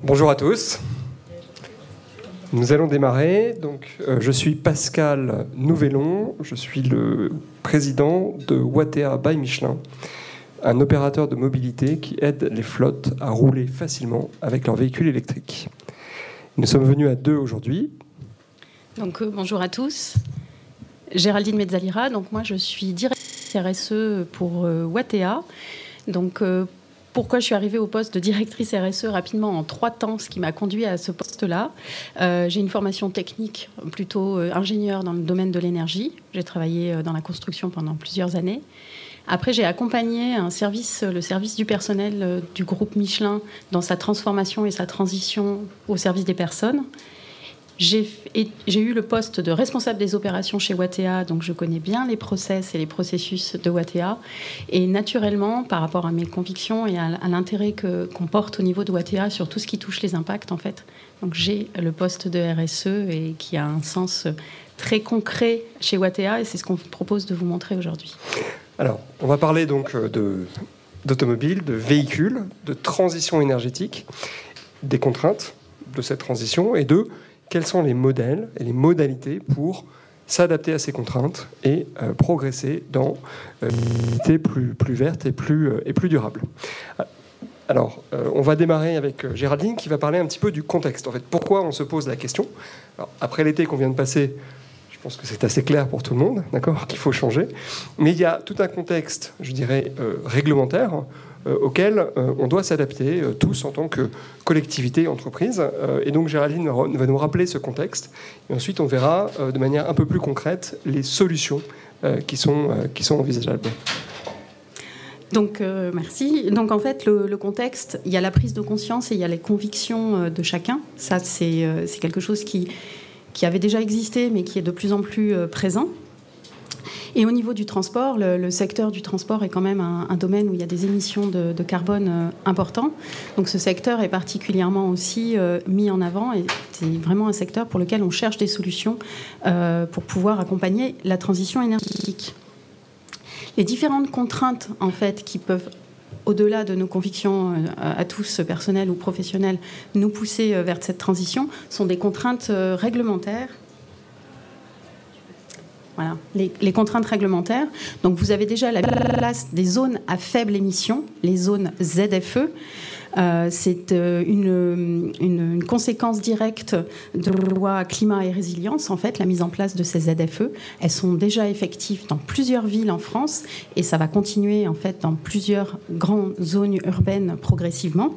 Bonjour à tous. Nous allons démarrer. Donc, je suis Pascal Nouvelon, je suis le président de Watèa by Michelin, un opérateur de mobilité qui aide les flottes à rouler facilement avec leurs véhicules électriques. Nous sommes venus à deux aujourd'hui. Donc, bonjour à tous. Géraldine Mezzalira, donc moi je suis directrice RSE pour Watèa. Donc, pourquoi je suis arrivée au poste de directrice RSE rapidement en 3 temps, ce qui m'a conduit à ce poste-là. J'ai une formation technique, plutôt ingénieur dans le domaine de l'énergie. J'ai travaillé dans la construction pendant plusieurs années. Après, j'ai accompagné le service du personnel du groupe Michelin dans sa transformation et sa transition au service des personnes. J'ai eu le poste de responsable des opérations chez Watèa, donc je connais bien les process et les processus de Watèa. Et naturellement, par rapport à mes convictions et à l'intérêt qu'on porte au niveau de Watèa sur tout ce qui touche les impacts, en fait. Donc j'ai le poste de RSE et qui a un sens très concret chez Watèa, et c'est ce qu'on vous propose de vous montrer aujourd'hui. Alors, on va parler donc d'automobile, de véhicules, de transition énergétique, des contraintes de cette transition et de quels sont les modèles et les modalités pour s'adapter à ces contraintes et progresser dans une mobilité plus verte et plus durable. Alors, on va démarrer avec Géraldine qui va parler un petit peu du contexte. En fait, pourquoi on se pose la question ? Alors, après l'été qu'on vient de passer, je pense que c'est assez clair pour tout le monde, d'accord, qu'il faut changer. Mais il y a tout un contexte, je dirais, réglementaire auquel on doit s'adapter tous en tant que collectivité, entreprise. Et donc Géraldine va nous rappeler ce contexte. Et ensuite, on verra de manière un peu plus concrète les solutions qui sont envisageables. Donc, merci. Donc, en fait, le contexte, il y a la prise de conscience et il y a les convictions de chacun. Ça, c'est quelque chose qui avait déjà existé, mais qui est de plus en plus présent. Et au niveau du transport, le secteur du transport est quand même un domaine où il y a des émissions de carbone importantes. Donc ce secteur est particulièrement aussi mis en avant et c'est vraiment un secteur pour lequel on cherche des solutions pour pouvoir accompagner la transition énergétique. Les différentes contraintes, en fait, qui peuvent, au-delà de nos convictions à tous, personnelles ou professionnelles, nous pousser vers cette transition, sont des contraintes réglementaires. Voilà, les contraintes réglementaires. Donc, vous avez déjà la place des zones à faible émission, les zones ZFE. C'est une conséquence directe de la loi climat et résilience, en fait, la mise en place de ces ZFE. Elles sont déjà effectives dans plusieurs villes en France et ça va continuer, en fait, dans plusieurs grandes zones urbaines progressivement.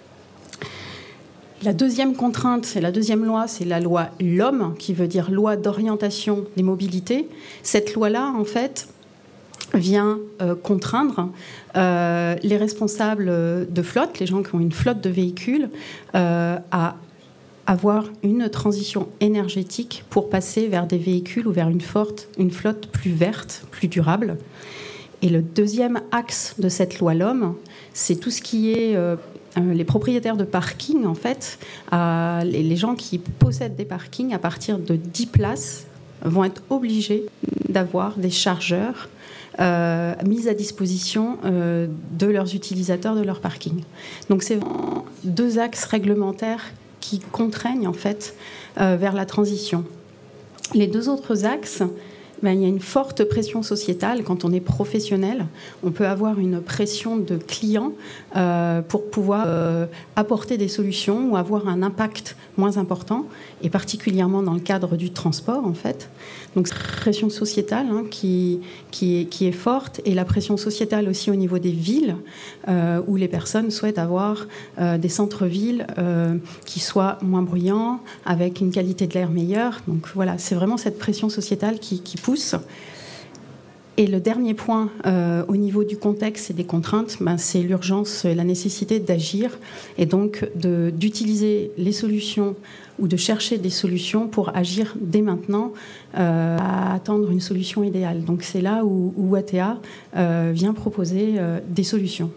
La deuxième contrainte, et la deuxième loi, c'est la loi LOM, qui veut dire loi d'orientation des mobilités. Cette loi-là, en fait, vient contraindre les responsables de flotte, les gens qui ont une flotte de véhicules, à avoir une transition énergétique pour passer vers des véhicules ou vers une flotte plus verte, plus durable. Et le deuxième axe de cette loi LOM, c'est tout ce qui est les propriétaires de parking, en fait, les gens qui possèdent des parkings à partir de 10 places vont être obligés d'avoir des chargeurs mis à disposition de leurs utilisateurs de leur parking. Donc c'est vraiment 2 axes réglementaires qui contraignent, en fait, vers la transition. Les 2 autres axes, il y a une forte pression sociétale. Quand on est professionnel, on peut avoir une pression de clients pour pouvoir apporter des solutions ou avoir un impact moins important, et particulièrement dans le cadre du transport, en fait. Donc, c'est la pression sociétale qui est forte, et la pression sociétale aussi au niveau des villes, où les personnes souhaitent avoir des centres-villes qui soient moins bruyants, avec une qualité de l'air meilleure. Donc voilà, c'est vraiment cette pression sociétale qui pousse. Et le dernier point au niveau du contexte et des contraintes, c'est l'urgence, la nécessité d'agir et donc d'utiliser les solutions ou de chercher des solutions pour agir dès maintenant à attendre une solution idéale. Donc c'est là où Watèa vient proposer des solutions.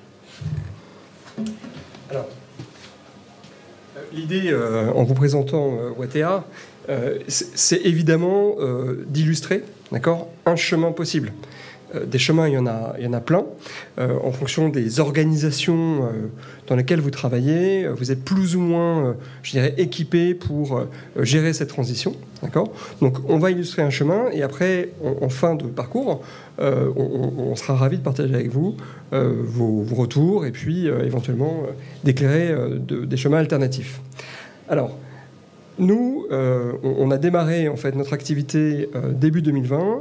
Alors, l'idée, en vous présentant Watèa, c'est évidemment d'illustrer, d'accord, un chemin possible. Des chemins, il y en a plein. En fonction des organisations dans lesquelles vous travaillez, vous êtes plus ou moins, je dirais, équipé pour gérer cette transition. D'accord ? Donc, on va illustrer un chemin et après, en fin de parcours, on sera ravis de partager avec vous vos retours et puis éventuellement d'éclairer des chemins alternatifs. Alors, nous, on a démarré en fait notre activité début 2020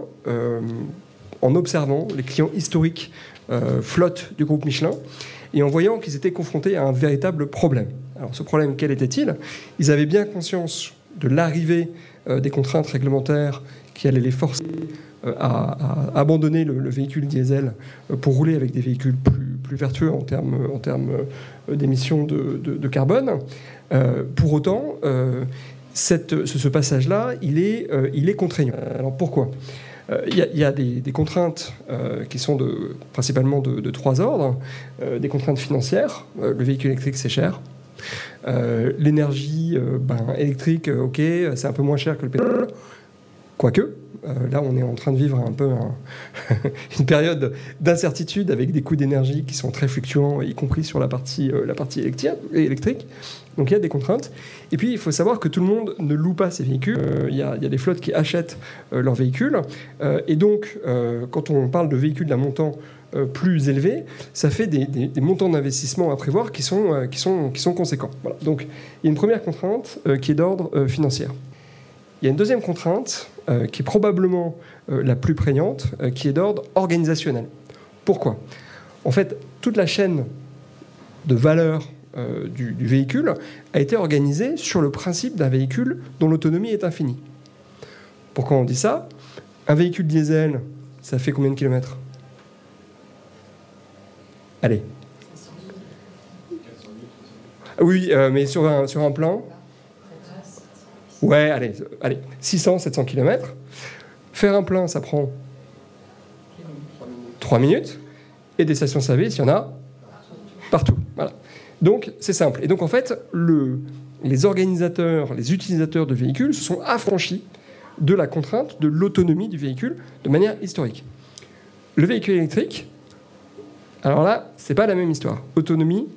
en observant les clients historiques flotte du groupe Michelin et en voyant qu'ils étaient confrontés à un véritable problème. Alors ce problème, quel était-il ? Ils avaient bien conscience de l'arrivée des contraintes réglementaires qui allaient les forcer à abandonner le véhicule diesel pour rouler avec des véhicules plus vertueux en termes d'émissions de carbone. Pour autant, ce passage-là, il est contraignant. Alors pourquoi ? Il y a des contraintes qui sont principalement de trois ordres. Des contraintes financières. Le véhicule électrique, c'est cher. L'énergie électrique, ok, c'est un peu moins cher que le pétrole. Quoique, là, on est en train de vivre un peu une période d'incertitude avec des coûts d'énergie qui sont très fluctuants, y compris sur la partie électrique. Donc il y a des contraintes. Et puis il faut savoir que tout le monde ne loue pas ses véhicules. Il y a des flottes qui achètent leurs véhicules. Et donc, quand on parle de véhicules d'un montant plus élevé, ça fait des montants d'investissement à prévoir qui sont conséquents. Voilà. Donc il y a une première contrainte qui est d'ordre financier. Il y a une deuxième contrainte qui est probablement la plus prégnante, qui est d'ordre organisationnel. Pourquoi ? En fait, toute la chaîne de valeur du véhicule a été organisée sur le principe d'un véhicule dont l'autonomie est infinie. Pourquoi on dit ça ? Un véhicule diesel, ça fait combien de kilomètres ? Allez. Oui, mais sur un plein ? Ouais, allez, 600, 700 km. Faire un plein, ça prend 3 minutes. Et des stations-service, il y en a partout. Voilà. Donc, c'est simple. Et donc, en fait, les organisateurs, les utilisateurs de véhicules se sont affranchis de la contrainte de l'autonomie du véhicule de manière historique. Le véhicule électrique, alors là, c'est pas la même histoire. Autonomie.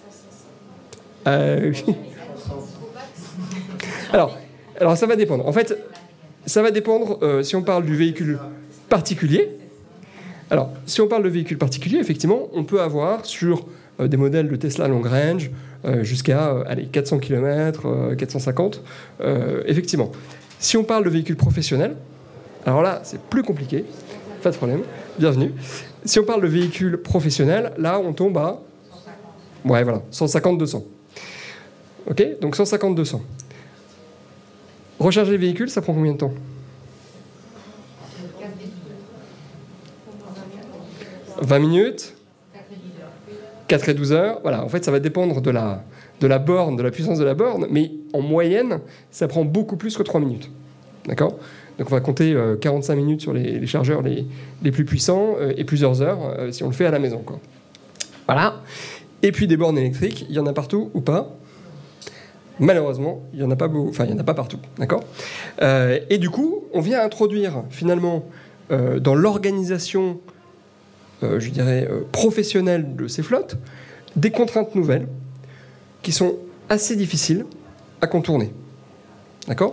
Alors, ça va dépendre. En fait, ça va dépendre si on parle du véhicule particulier. Alors, si on parle de véhicule particulier, effectivement, on peut avoir sur des modèles de Tesla long range jusqu'à 400 km, 450. Effectivement. Si on parle de véhicule professionnel, alors là, c'est plus compliqué. Pas de problème. Bienvenue. Si on parle de véhicule professionnel, là, on tombe à 150-200. OK ? Donc 150-200. Recharger les véhicules, ça prend combien de temps ? 20 minutes, 4 et 12 heures. Voilà, en fait, ça va dépendre de la borne, de la puissance de la borne, mais en moyenne, ça prend beaucoup plus que 3 minutes. D'accord ? Donc on va compter 45 minutes sur les chargeurs les plus puissants et plusieurs heures si on le fait à la maison, quoi. Voilà. Et puis des bornes électriques, il y en a partout ou pas ? Malheureusement, il n'y en a pas beaucoup, enfin, il n'y en a pas partout, d'accord ? Et du coup, on vient introduire, finalement, dans l'organisation, je dirais, professionnelle de ces flottes, des contraintes nouvelles qui sont assez difficiles à contourner, d'accord ?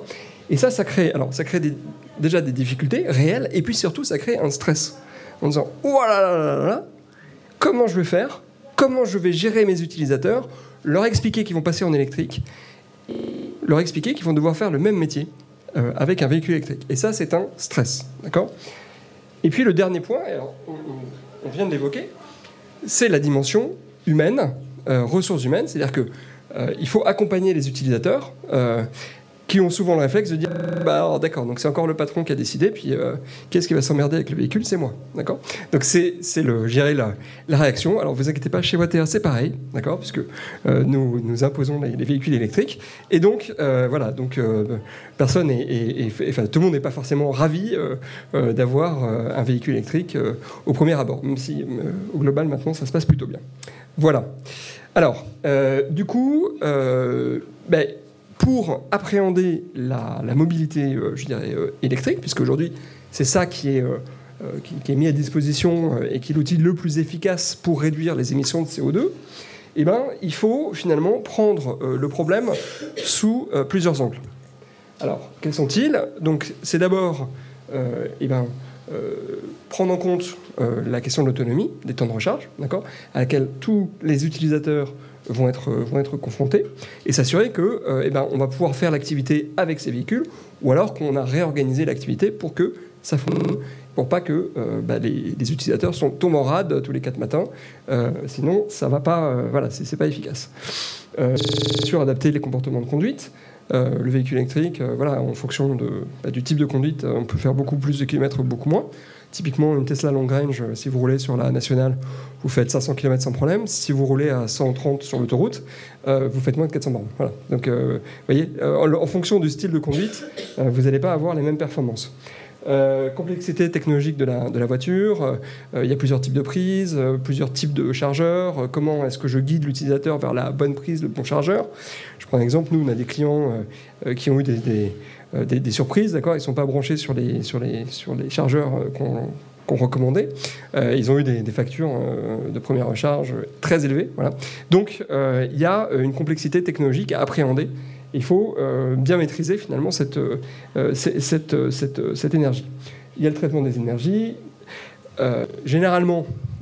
Et ça crée déjà des difficultés réelles, et puis surtout, ça crée un stress, en disant « Oh là là là là, comment je vais faire ? Comment je vais gérer mes utilisateurs ? Leur expliquer qu'ils vont passer en électrique, leur expliquer qu'ils vont devoir faire le même métier avec un véhicule électrique. Et ça, c'est un stress. D'accord ? Et puis le dernier point, alors, on vient de l'évoquer, c'est la dimension humaine, ressources humaines. C'est-à-dire qu'il faut accompagner les utilisateurs qui ont souvent le réflexe de dire alors, d'accord, donc c'est encore le patron qui a décidé, puis qu'est-ce qui va s'emmerder avec le véhicule ? C'est moi. D'accord ? Donc c'est la réaction. Alors vous inquiétez pas, chez Watèa c'est pareil, d'accord, puisque nous imposons les véhicules électriques. Et donc personne enfin, tout le monde n'est pas forcément ravi d'avoir un véhicule électrique au premier abord, même si au global maintenant ça se passe plutôt bien. Voilà. Alors du coup, pour appréhender la mobilité, je dirais, électrique, puisque aujourd'hui, c'est ça qui est qui est mis à disposition et qui est l'outil le plus efficace pour réduire les émissions de CO2, eh ben, il faut finalement prendre le problème sous plusieurs angles. Alors, quels sont-ils? Donc, c'est d'abord prendre en compte la question de l'autonomie, des temps de recharge, d'accord, à laquelle tous les utilisateurs vont être confrontés, et s'assurer que on va pouvoir faire l'activité avec ces véhicules, ou alors qu'on a réorganisé l'activité pour que ça fonctionne, pour pas que les utilisateurs tombent en rade tous les 4 matins, sinon ça va pas, c'est pas efficace. Sur adapter les comportements de conduite. Le véhicule électrique, en fonction du type de conduite, on peut faire beaucoup plus de kilomètres, beaucoup moins. Typiquement, une Tesla long range, si vous roulez sur la nationale, vous faites 500 km sans problème. Si vous roulez à 130 sur l'autoroute, vous faites moins de 400 bornes. Voilà. Donc, vous voyez, en fonction du style de conduite, vous n'allez pas avoir les mêmes performances. Complexité technologique de la voiture, il y a plusieurs types de prises, plusieurs types de chargeurs, comment est-ce que je guide l'utilisateur vers la bonne prise, le bon chargeur. Je prends un exemple, nous on a des clients qui ont eu des surprises, d'accord, ils ne sont pas branchés sur les chargeurs qu'on recommandait, ils ont eu des factures de première recharge très élevées. Voilà. Donc il y a une complexité technologique à appréhender. Il faut bien maîtriser finalement cette énergie. Il y a le traitement des énergies. Généralement,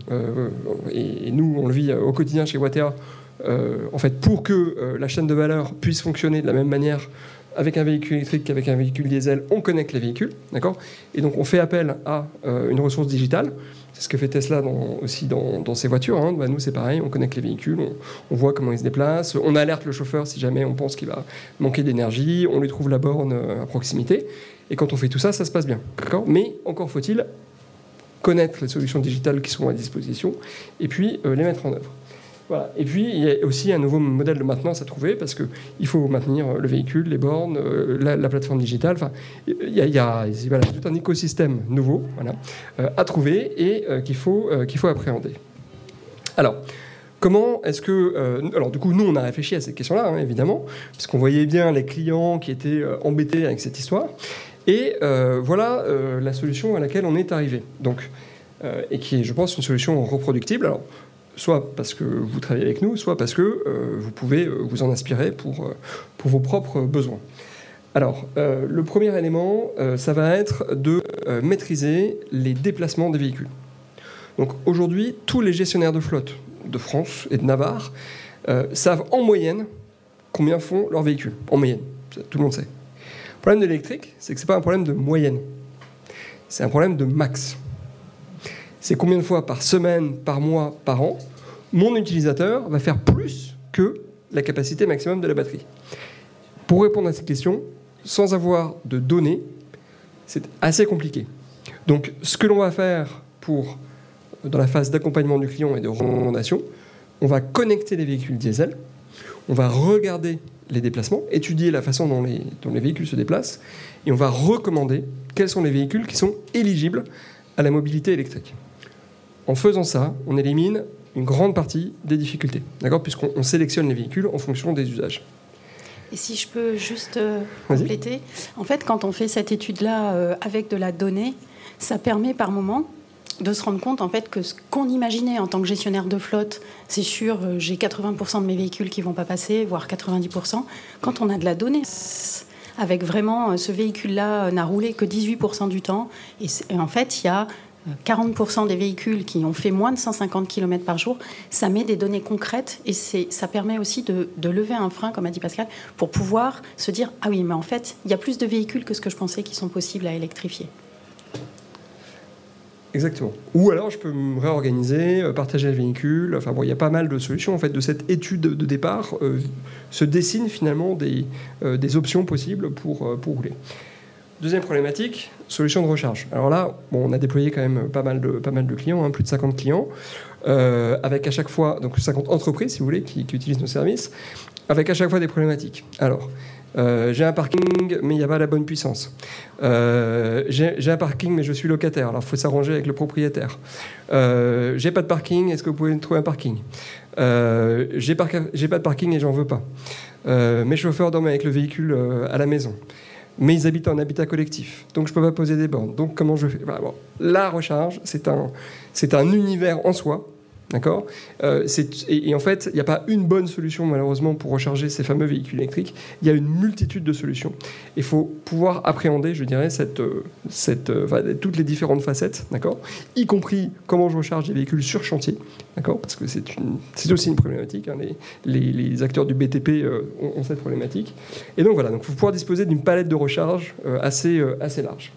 et nous on le vit au quotidien chez Watèa, en fait, pour que la chaîne de valeur puisse fonctionner de la même manière avec un véhicule électrique qu'avec un véhicule diesel, on connecte les véhicules, d'accord ? Et donc on fait appel à une ressource digitale. C'est ce que fait Tesla aussi dans ses voitures. Hein. Nous, c'est pareil, on connecte les véhicules, on voit comment ils se déplacent, on alerte le chauffeur si jamais on pense qu'il va manquer d'énergie, on lui trouve la borne à proximité. Et quand on fait tout ça, ça se passe bien. D'accord ? Mais encore faut-il connaître les solutions digitales qui sont à disposition et puis les mettre en œuvre. Voilà. Et puis, il y a aussi un nouveau modèle de maintenance à trouver parce qu'il faut maintenir le véhicule, les bornes, la plateforme digitale. Enfin, il y a tout un écosystème nouveau à trouver et qu'il faut appréhender. Alors, comment est-ce que... alors, du coup, nous, on a réfléchi à cette question-là, hein, évidemment, puisqu'on voyait bien les clients qui étaient embêtés avec cette histoire. Et voilà la solution à laquelle on est arrivé. Donc, et qui est, je pense, une solution reproductible. Alors, soit parce que vous travaillez avec nous, soit parce que vous pouvez vous en inspirer pour vos propres besoins. Alors, le premier élément, ça va être de maîtriser les déplacements des véhicules. Donc aujourd'hui, tous les gestionnaires de flotte de France et de Navarre savent en moyenne combien font leurs véhicules. En moyenne, tout le monde sait. Le problème de l'électrique, c'est que ce n'est pas un problème de moyenne. C'est un problème de max. C'est combien de fois par semaine, par mois, par an, mon utilisateur va faire plus que la capacité maximum de la batterie. Pour répondre à cette question, sans avoir de données, c'est assez compliqué. Donc, ce que l'on va faire dans la phase d'accompagnement du client et de recommandation, on va connecter les véhicules diesel, on va regarder les déplacements, étudier la façon dont les véhicules se déplacent, et on va recommander quels sont les véhicules qui sont éligibles à la mobilité électrique. En faisant ça, on élimine une grande partie des difficultés, d'accord, puisqu'on sélectionne les véhicules en fonction des usages. Et si je peux juste compléter, en fait, quand on fait cette étude-là avec de la donnée, ça permet par moment de se rendre compte en fait que ce qu'on imaginait en tant que gestionnaire de flotte, c'est sûr, j'ai 80% de mes véhicules qui vont pas passer, voire 90%. Quand on a de la donnée, avec vraiment ce véhicule-là n'a roulé que 18% du temps, et en fait, il y a 40% des véhicules qui ont fait moins de 150 km par jour, ça met des données concrètes et ça permet aussi de lever un frein, comme a dit Pascal, pour pouvoir se dire « Ah oui, mais en fait, il y a plus de véhicules que ce que je pensais qui sont possibles à électrifier. » Exactement. Ou alors, je peux me réorganiser, partager le véhicule. Enfin bon, il y a pas mal de solutions. En fait, de cette étude de départ, se dessinent finalement des options possibles pour rouler. Deuxième problématique, solution de recharge. Alors là, on a déployé quand même pas mal de clients, hein, plus de 50 clients, avec à chaque fois, donc 50 entreprises, si vous voulez, qui utilisent nos services, avec à chaque fois des problématiques. Alors, j'ai un parking, mais il n'y a pas la bonne puissance. J'ai un parking, mais je suis locataire. Alors, il faut s'arranger avec le propriétaire. J'ai pas de parking, est-ce que vous pouvez me trouver un parking ? J'ai pas de parking et j'en veux pas. Mes chauffeurs dorment avec le véhicule à la maison. mais ils habitent en habitat collectif, donc je ne peux pas poser des bornes. Donc comment je fais? Voilà, bon. La recharge, c'est un univers en soi. D'accord. Et en fait, il n'y a pas une bonne solution, malheureusement, pour recharger ces fameux véhicules électriques. Il y a une multitude de solutions. Il faut pouvoir appréhender, je dirais, toutes les différentes facettes, d'accord, y compris comment je recharge les véhicules sur chantier, d'accord, parce que c'est aussi une problématique. Hein. Les acteurs du BTP ont cette problématique. Et donc voilà, il faut pouvoir disposer d'une palette de recharge assez large.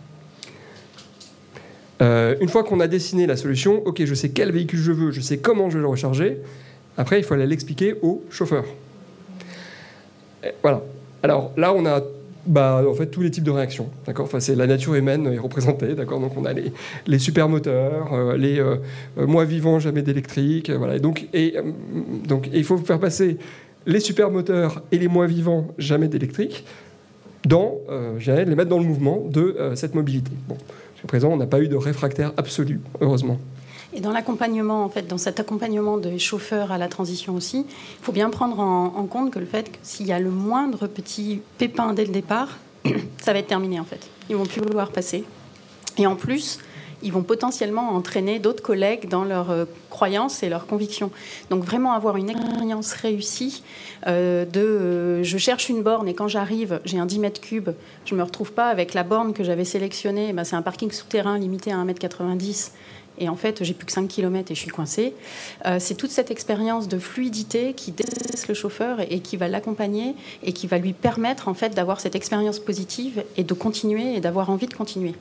Une fois qu'on a dessiné la solution, ok, je sais quel véhicule je veux, je sais comment je vais le recharger. Après, il faut aller l'expliquer au chauffeur. Et voilà. Alors là, on a en fait tous les types de réactions. D'accord. Enfin, c'est la nature humaine est représentée. D'accord. Donc on a les supermoteurs, les moi vivant jamais d'électrique. Voilà. Et donc il faut faire passer les supermoteurs et les moi vivants jamais d'électrique les mettre dans le mouvement de cette mobilité. Bon. Jusqu'à présent, on n'a pas eu de réfractaire absolu, heureusement. Et dans l'accompagnement, en fait, dans cet accompagnement des chauffeurs à la transition aussi, il faut bien prendre en compte que le fait que s'il y a le moindre petit pépin dès le départ, ça va être terminé en fait. Ils vont plus vouloir passer. Et en plus, ils vont potentiellement entraîner d'autres collègues dans leurs croyances et leurs convictions. Donc vraiment avoir une expérience réussie je cherche une borne et quand j'arrive, j'ai un 10 mètres cubes, je ne me retrouve pas avec la borne que j'avais sélectionnée, c'est un parking souterrain limité à 1,90 m et en fait, j'ai plus que 5 km et je suis coincée. C'est toute cette expérience de fluidité qui délaisse le chauffeur et qui va l'accompagner et qui va lui permettre en fait d'avoir cette expérience positive et de continuer et d'avoir envie de continuer.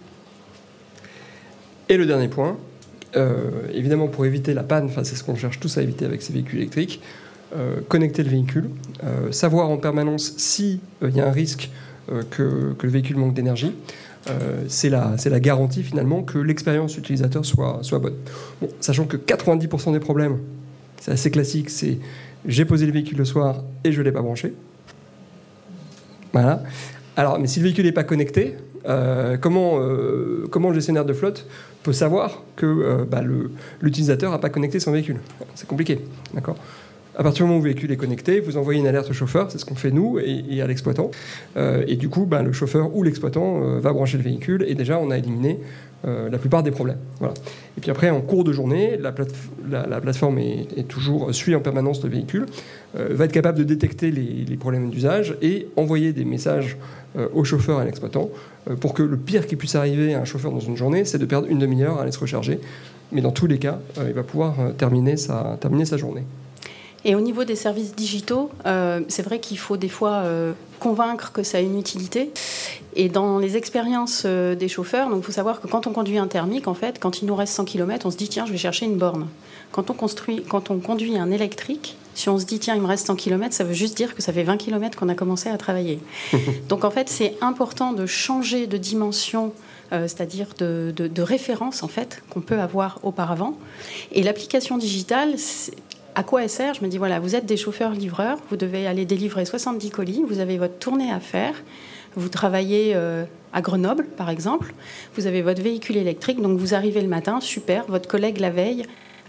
Et le dernier point, évidemment pour éviter la panne, c'est ce qu'on cherche tous à éviter avec ces véhicules électriques, connecter le véhicule, savoir en permanence s'il y a un risque que le véhicule manque d'énergie. C'est la garantie finalement que l'expérience utilisateur soit bonne. Bon, sachant que 90% des problèmes, c'est assez classique, c'est j'ai posé le véhicule le soir et je ne l'ai pas branché. Voilà. Alors, mais si le véhicule n'est pas connecté, comment le gestionnaire de flotte peut savoir que l'utilisateur n'a pas connecté son véhicule? C'est compliqué, d'accord. À partir du moment où le véhicule est connecté, vous envoyez une alerte au chauffeur, c'est ce qu'on fait nous, et à l'exploitant. Et du coup, le chauffeur ou l'exploitant va brancher le véhicule, et déjà, on a éliminé la plupart des problèmes. Voilà. Et puis après, en cours de journée, la plateforme suit en permanence le véhicule, va être capable de détecter les problèmes d'usage et envoyer des messages au chauffeur et à l'exploitant pour que le pire qui puisse arriver à un chauffeur dans une journée, c'est de perdre une demi-heure à aller se recharger. Mais dans tous les cas, il va pouvoir terminer sa journée. Et au niveau des services digitaux, c'est vrai qu'il faut des fois convaincre que ça a une utilité. Et dans les expériences des chauffeurs, il faut savoir que quand on conduit un thermique, en fait, quand il nous reste 100 km, on se dit tiens, je vais chercher une borne. Quand on conduit un électrique, si on se dit tiens, il me reste 100 km, ça veut juste dire que ça fait 20 km qu'on a commencé à travailler. Donc en fait, c'est important de changer de dimension, c'est-à-dire de référence en fait, qu'on peut avoir auparavant. Et l'application digitale, à quoi elle sert? Je me dis, voilà, vous êtes des chauffeurs-livreurs, vous devez aller délivrer 70 colis, vous avez votre tournée à faire, vous travaillez à Grenoble, par exemple, vous avez votre véhicule électrique, donc vous arrivez le matin, super, votre collègue la veille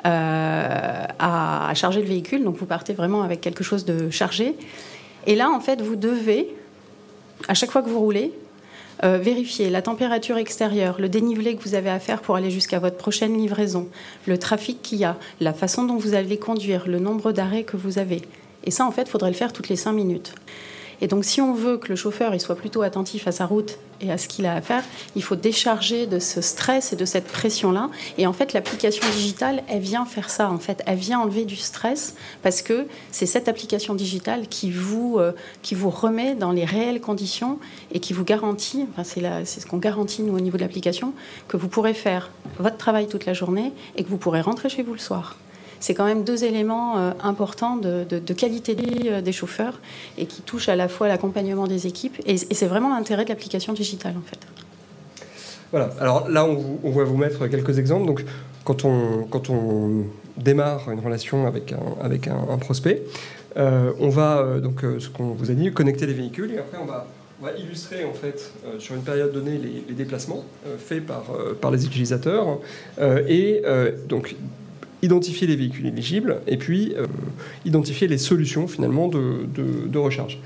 a chargé le véhicule, donc vous partez vraiment avec quelque chose de chargé. Et là, en fait, vous devez, à chaque fois que vous roulez, vérifier la température extérieure, le dénivelé que vous avez à faire pour aller jusqu'à votre prochaine livraison, le trafic qu'il y a, la façon dont vous allez conduire, le nombre d'arrêts que vous avez. Et ça, en fait, il faudrait le faire toutes les 5 minutes. Et donc, si on veut que le chauffeur il soit plutôt attentif à sa route et à ce qu'il a à faire, il faut décharger de ce stress et de cette pression-là. Et en fait, l'application digitale, elle vient faire ça. En fait, elle vient enlever du stress parce que c'est cette application digitale qui vous remet dans les réelles conditions et qui vous garantit, c'est ce qu'on garantit nous au niveau de l'application, que vous pourrez faire votre travail toute la journée et que vous pourrez rentrer chez vous le soir. C'est quand même 2 éléments importants de qualité de vie des chauffeurs et qui touchent à la fois l'accompagnement des équipes. Et c'est vraiment l'intérêt de l'application digitale, en fait. Voilà. Alors là, on va vous mettre quelques exemples. Donc, quand on démarre une relation avec un prospect, on va, ce qu'on vous a dit, connecter les véhicules. Et après, on va illustrer, en fait, sur une période donnée, les déplacements faits par les utilisateurs. Donc, identifier les véhicules éligibles et puis identifier les solutions finalement de recharge.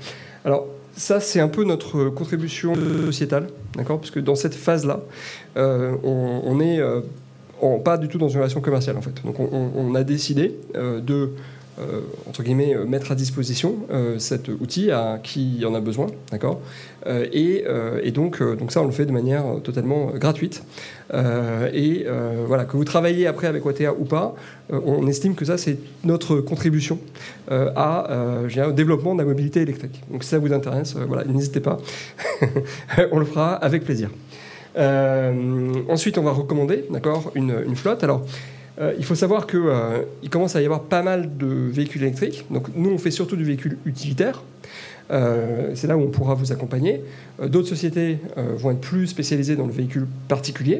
Alors, ça, c'est un peu notre contribution sociétale, d'accord? Parce que dans cette phase-là, on est pas du tout dans une relation commerciale, en fait. Donc, on a décidé de entre guillemets, mettre à disposition cet outil à qui en a besoin, d'accord, et donc ça, on le fait de manière totalement gratuite. Voilà, que vous travaillez après avec Wattea ou pas, on estime que ça, c'est notre contribution au développement de la mobilité électrique. Donc, si ça vous intéresse, voilà, n'hésitez pas, on le fera avec plaisir. Ensuite, on va recommander, d'accord, une flotte. Alors, il faut savoir qu'il commence à y avoir pas mal de véhicules électriques. Donc nous, on fait surtout du véhicule utilitaire. C'est là où on pourra vous accompagner. D'autres sociétés vont être plus spécialisées dans le véhicule particulier.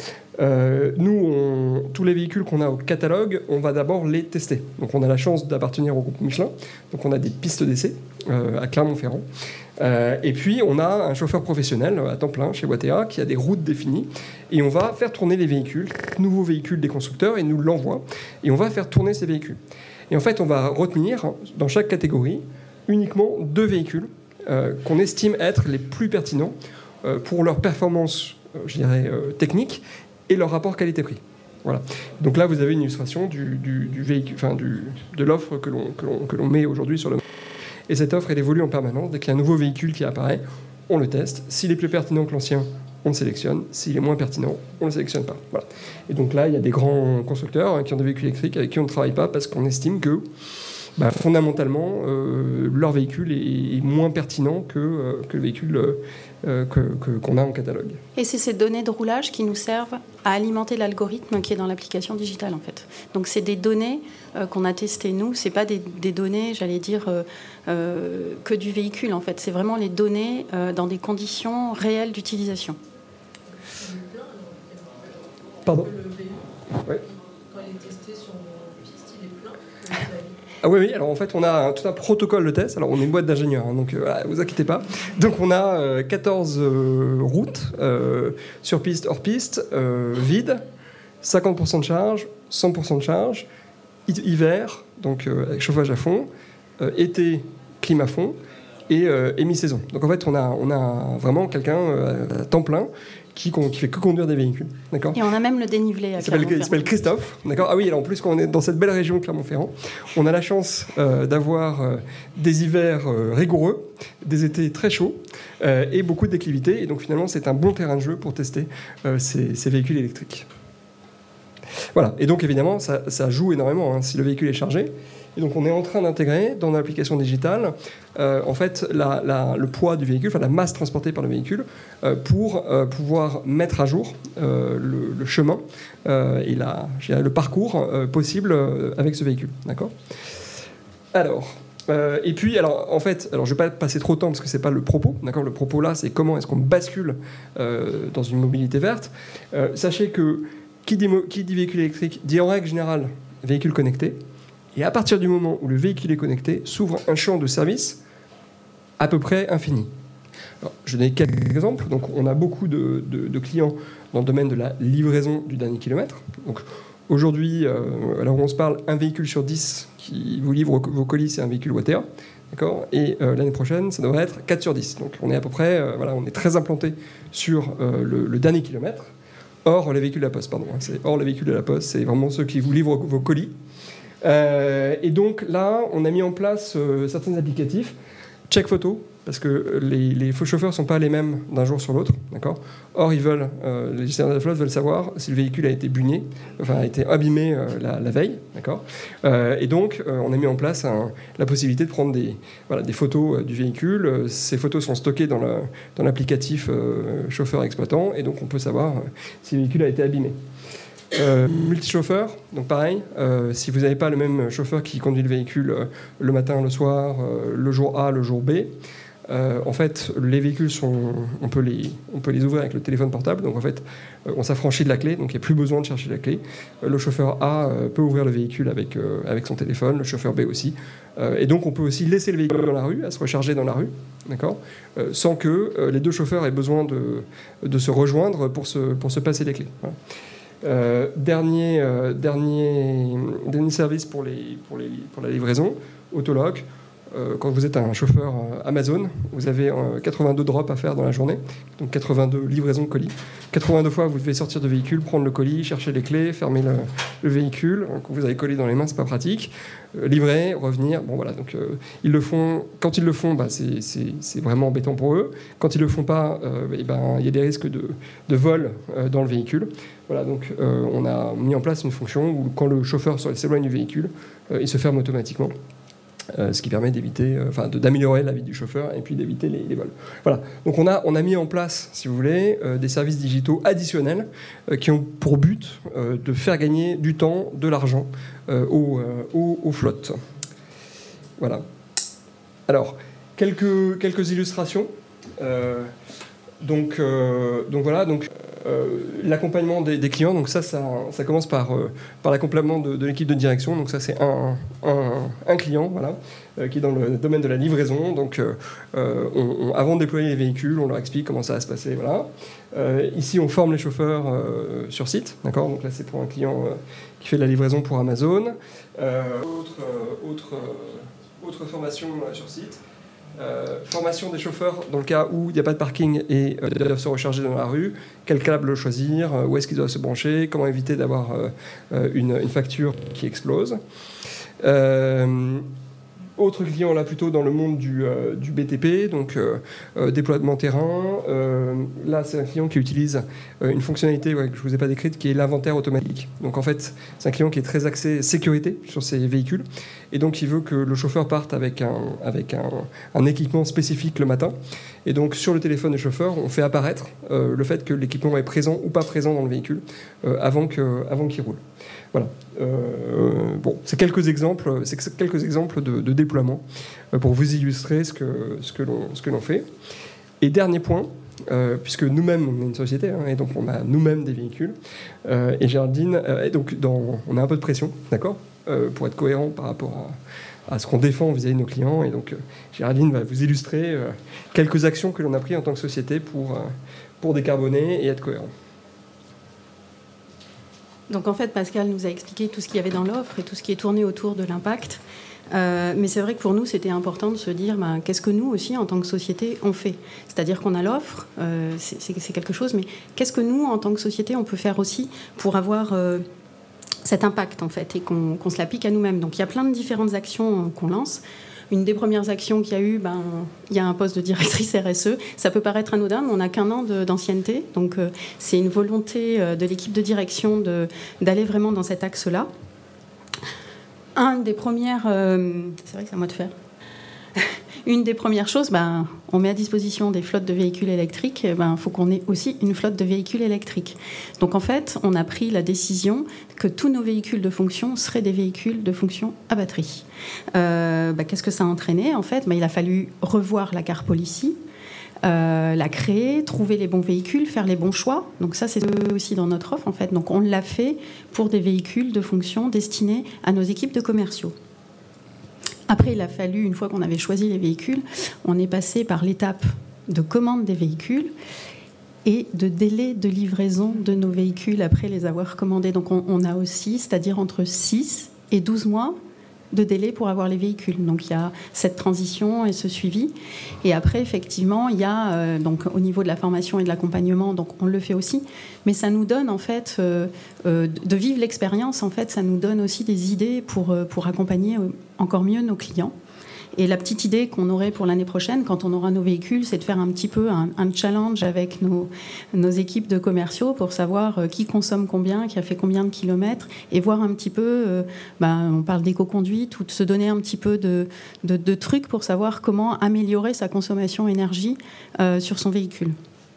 Nous, tous les véhicules qu'on a au catalogue, on va d'abord les tester. Donc on a la chance d'appartenir au groupe Michelin. Donc on a des pistes d'essai à Clermont-Ferrand. Et puis, on a un chauffeur professionnel à temps plein chez Wattea qui a des routes définies. Et on va faire tourner les véhicules, nouveaux véhicules des constructeurs, et nous l'envoie. Et on va faire tourner ces véhicules. Et en fait, on va retenir, dans chaque catégorie, uniquement 2 véhicules qu'on estime être les plus pertinents pour leur performance, je dirais, technique et leur rapport qualité-prix. Voilà. Donc là, vous avez une illustration du véhicule, enfin, de l'offre que l'on met aujourd'hui sur le marché. Et cette offre, elle évolue en permanence. Dès qu'il y a un nouveau véhicule qui apparaît, on le teste. S'il est plus pertinent que l'ancien, on le sélectionne. S'il est moins pertinent, on ne le sélectionne pas. Voilà. Et donc là, il y a des grands constructeurs qui ont des véhicules électriques avec qui on ne travaille pas parce qu'on estime que, fondamentalement, leur véhicule est moins pertinent que le véhicule qu'on a en catalogue. Et c'est ces données de roulage qui nous servent à alimenter l'algorithme qui est dans l'application digitale, en fait. Donc c'est des données qu'on a testées nous, c'est pas des données, j'allais dire, que du véhicule, en fait. C'est vraiment les données dans des conditions réelles d'utilisation. Pardon ? Oui. Quand il est testé sur piste, il est plein. Ah oui, alors en fait, on a tout un protocole de test. Alors, on est une boîte d'ingénieurs, hein, donc vous inquiétez pas. Donc, on a 14 routes sur piste, hors piste, vides, 50% de charge, 100% de charge, hiver, donc avec chauffage à fond, été, clim à fond, et mi-saison. Donc, en fait, on a vraiment quelqu'un à temps plein qui fait que conduire des véhicules, d'accord. Et on a même le dénivelé à Clermont-Ferrand. Il s'appelle Christophe, d'accord. Ah oui, alors en plus, quand on est dans cette belle région Clermont-Ferrand, on a la chance d'avoir des hivers rigoureux, des étés très chauds et beaucoup de déclivités. Et donc finalement, c'est un bon terrain de jeu pour tester ces véhicules électriques. Voilà, et donc évidemment, ça joue énormément hein, si le véhicule est chargé. Et donc on est en train d'intégrer dans l'application digitale en fait le poids du véhicule, enfin la masse transportée par le véhicule, pour pouvoir mettre à jour le chemin et le parcours possible avec ce véhicule, d'accord. Alors. Et puis, en fait, je ne vais pas passer trop de temps parce que ce n'est pas le propos. D'accord, le propos là, c'est comment est-ce qu'on bascule dans une mobilité verte. Sachez que qui dit véhicule électrique dit en règle générale véhicule connecté. Et à partir du moment où le véhicule est connecté, s'ouvre un champ de service à peu près infini. Alors, je donne quelques exemples. Donc, on a beaucoup de clients dans le domaine de la livraison du dernier kilomètre. Donc, aujourd'hui, alors on se parle, un véhicule sur 10 qui vous livre vos colis, c'est un véhicule Wattea. D'accord. Et l'année prochaine, ça devrait être 4 sur 10. Donc, on est à peu près, on est très implanté sur le dernier kilomètre. Hors les véhicules de la Poste, pardon. C'est hors les véhicules de la Poste, c'est vraiment ceux qui vous livrent vos colis. Et donc là, on a mis en place certains applicatifs. Check photo, parce que les faux chauffeurs ne sont pas les mêmes d'un jour sur l'autre. D'accord. Or, les gestionnaires de la flotte veulent savoir si le véhicule a été bugné, enfin a été abîmé la veille. D'accord. Et donc, on a mis en place la possibilité de prendre des photos du véhicule. Ces photos sont stockées dans l'applicatif chauffeur-exploitant, et donc on peut savoir si le véhicule a été abîmé. Multichauffeur, donc pareil, si vous n'avez pas le même chauffeur qui conduit le véhicule le matin, le soir, le jour A, le jour B, en fait, les véhicules on peut les ouvrir avec le téléphone portable, donc en fait, on s'affranchit de la clé, donc il n'y a plus besoin de chercher la clé. Le chauffeur A peut ouvrir le véhicule avec son téléphone, le chauffeur B aussi, et donc on peut aussi laisser le véhicule dans la rue, à se recharger dans la rue, d'accord, sans que les deux chauffeurs aient besoin de se rejoindre pour se passer les clés. Voilà. Dernier service pour la livraison, Autolock. quand vous êtes un chauffeur Amazon, vous avez 82 drops à faire dans la journée, donc 82 livraisons de colis. 82 fois, vous devez sortir de véhicule, prendre le colis, chercher les clés, fermer le véhicule. Donc, vous avez le colis dans les mains, c'est pas pratique. Livrer, revenir, bon voilà. Donc ils le font. Quand ils le font, c'est vraiment embêtant pour eux. Quand ils le font pas, il y a des risques de vol dans le véhicule. Voilà, donc on a mis en place une fonction où quand le chauffeur s'éloigne du véhicule, il se ferme automatiquement. Ce qui permet d'améliorer la vie du chauffeur et puis d'éviter les vols. Voilà. Donc on a mis en place, si vous voulez, des services digitaux additionnels qui ont pour but de faire gagner du temps, de l'argent aux flottes. Voilà. Alors, quelques illustrations. Donc voilà. L'accompagnement des clients, donc ça commence par l'accompagnement de l'équipe de direction. Donc ça, c'est un client, voilà, qui est dans le domaine de la livraison. Donc avant de déployer les véhicules, on leur explique comment ça va se passer, voilà. Ici, on forme les chauffeurs sur site, d'accord. Donc là, c'est pour un client qui fait de la livraison pour Amazon. Autre formation sur site. Formation des chauffeurs dans le cas où il n'y a pas de parking et ils doivent se recharger dans la rue, quel câble choisir, où est-ce qu'ils doivent se brancher, comment éviter d'avoir une facture qui explose. Autre client là plutôt dans le monde du BTP, donc déploiement terrain. Là c'est un client qui utilise une fonctionnalité que je ne vous ai pas décrite qui est l'inventaire automatique. Donc en fait c'est un client qui est très axé sécurité sur ses véhicules et donc il veut que le chauffeur parte avec un équipement spécifique le matin. Et donc sur le téléphone du chauffeur on fait apparaître le fait que l'équipement est présent ou pas présent dans le véhicule avant qu'il roule. Voilà. C'est quelques exemples de déploiement pour vous illustrer ce que l'on fait. Et dernier point, puisque nous-mêmes on est une société et donc on a nous-mêmes des véhicules. Et Géraldine, on a un peu de pression, d'accord, pour être cohérent par rapport à ce qu'on défend vis-à-vis de nos clients. Et donc Géraldine va vous illustrer quelques actions que l'on a prises en tant que société pour décarboner et être cohérent. Donc en fait, Pascal nous a expliqué tout ce qu'il y avait dans l'offre et tout ce qui est tourné autour de l'impact. Mais c'est vrai que pour nous, c'était important de se dire qu'est-ce que nous aussi, en tant que société, on fait. C'est-à-dire qu'on a l'offre, c'est quelque chose, mais qu'est-ce que nous, en tant que société, on peut faire aussi pour avoir cet impact, en fait, et qu'on se l'applique à nous-mêmes. Donc il y a plein de différentes actions qu'on lance. Une des premières actions qu'il y a eu, il y a un poste de directrice RSE. Ça peut paraître anodin, mais on n'a qu'un an d'ancienneté. Donc, c'est une volonté de l'équipe de direction d'aller vraiment dans cet axe-là. Une des premières... c'est vrai que c'est à moi de faire. Une des premières choses, on met à disposition des flottes de véhicules électriques. Il faut qu'on ait aussi une flotte de véhicules électriques. Donc, en fait, on a pris la décision que tous nos véhicules de fonction seraient des véhicules de fonction à batterie. Qu'est-ce que ça a entraîné ? En fait, il a fallu revoir la car policy, la créer, trouver les bons véhicules, faire les bons choix. Donc ça, c'est aussi dans notre offre, en fait. Donc on l'a fait pour des véhicules de fonction destinés à nos équipes de commerciaux. Après, il a fallu, une fois qu'on avait choisi les véhicules, on est passé par l'étape de commande des véhicules et de délai de livraison de nos véhicules après les avoir commandés. Donc on a aussi, c'est-à-dire entre 6 et 12 mois de délai pour avoir les véhicules. Donc il y a cette transition et ce suivi. Et après, effectivement, il y a donc au niveau de la formation et de l'accompagnement, donc on le fait aussi. Mais ça nous donne en fait de vivre l'expérience. En fait, ça nous donne aussi des idées pour accompagner encore mieux nos clients. Et la petite idée qu'on aurait pour l'année prochaine, quand on aura nos véhicules, c'est de faire un petit peu un challenge avec nos équipes de commerciaux pour savoir qui consomme combien, qui a fait combien de kilomètres, et voir un petit peu, on parle d'éco-conduite, ou de se donner un petit peu de trucs pour savoir comment améliorer sa consommation énergie sur son véhicule.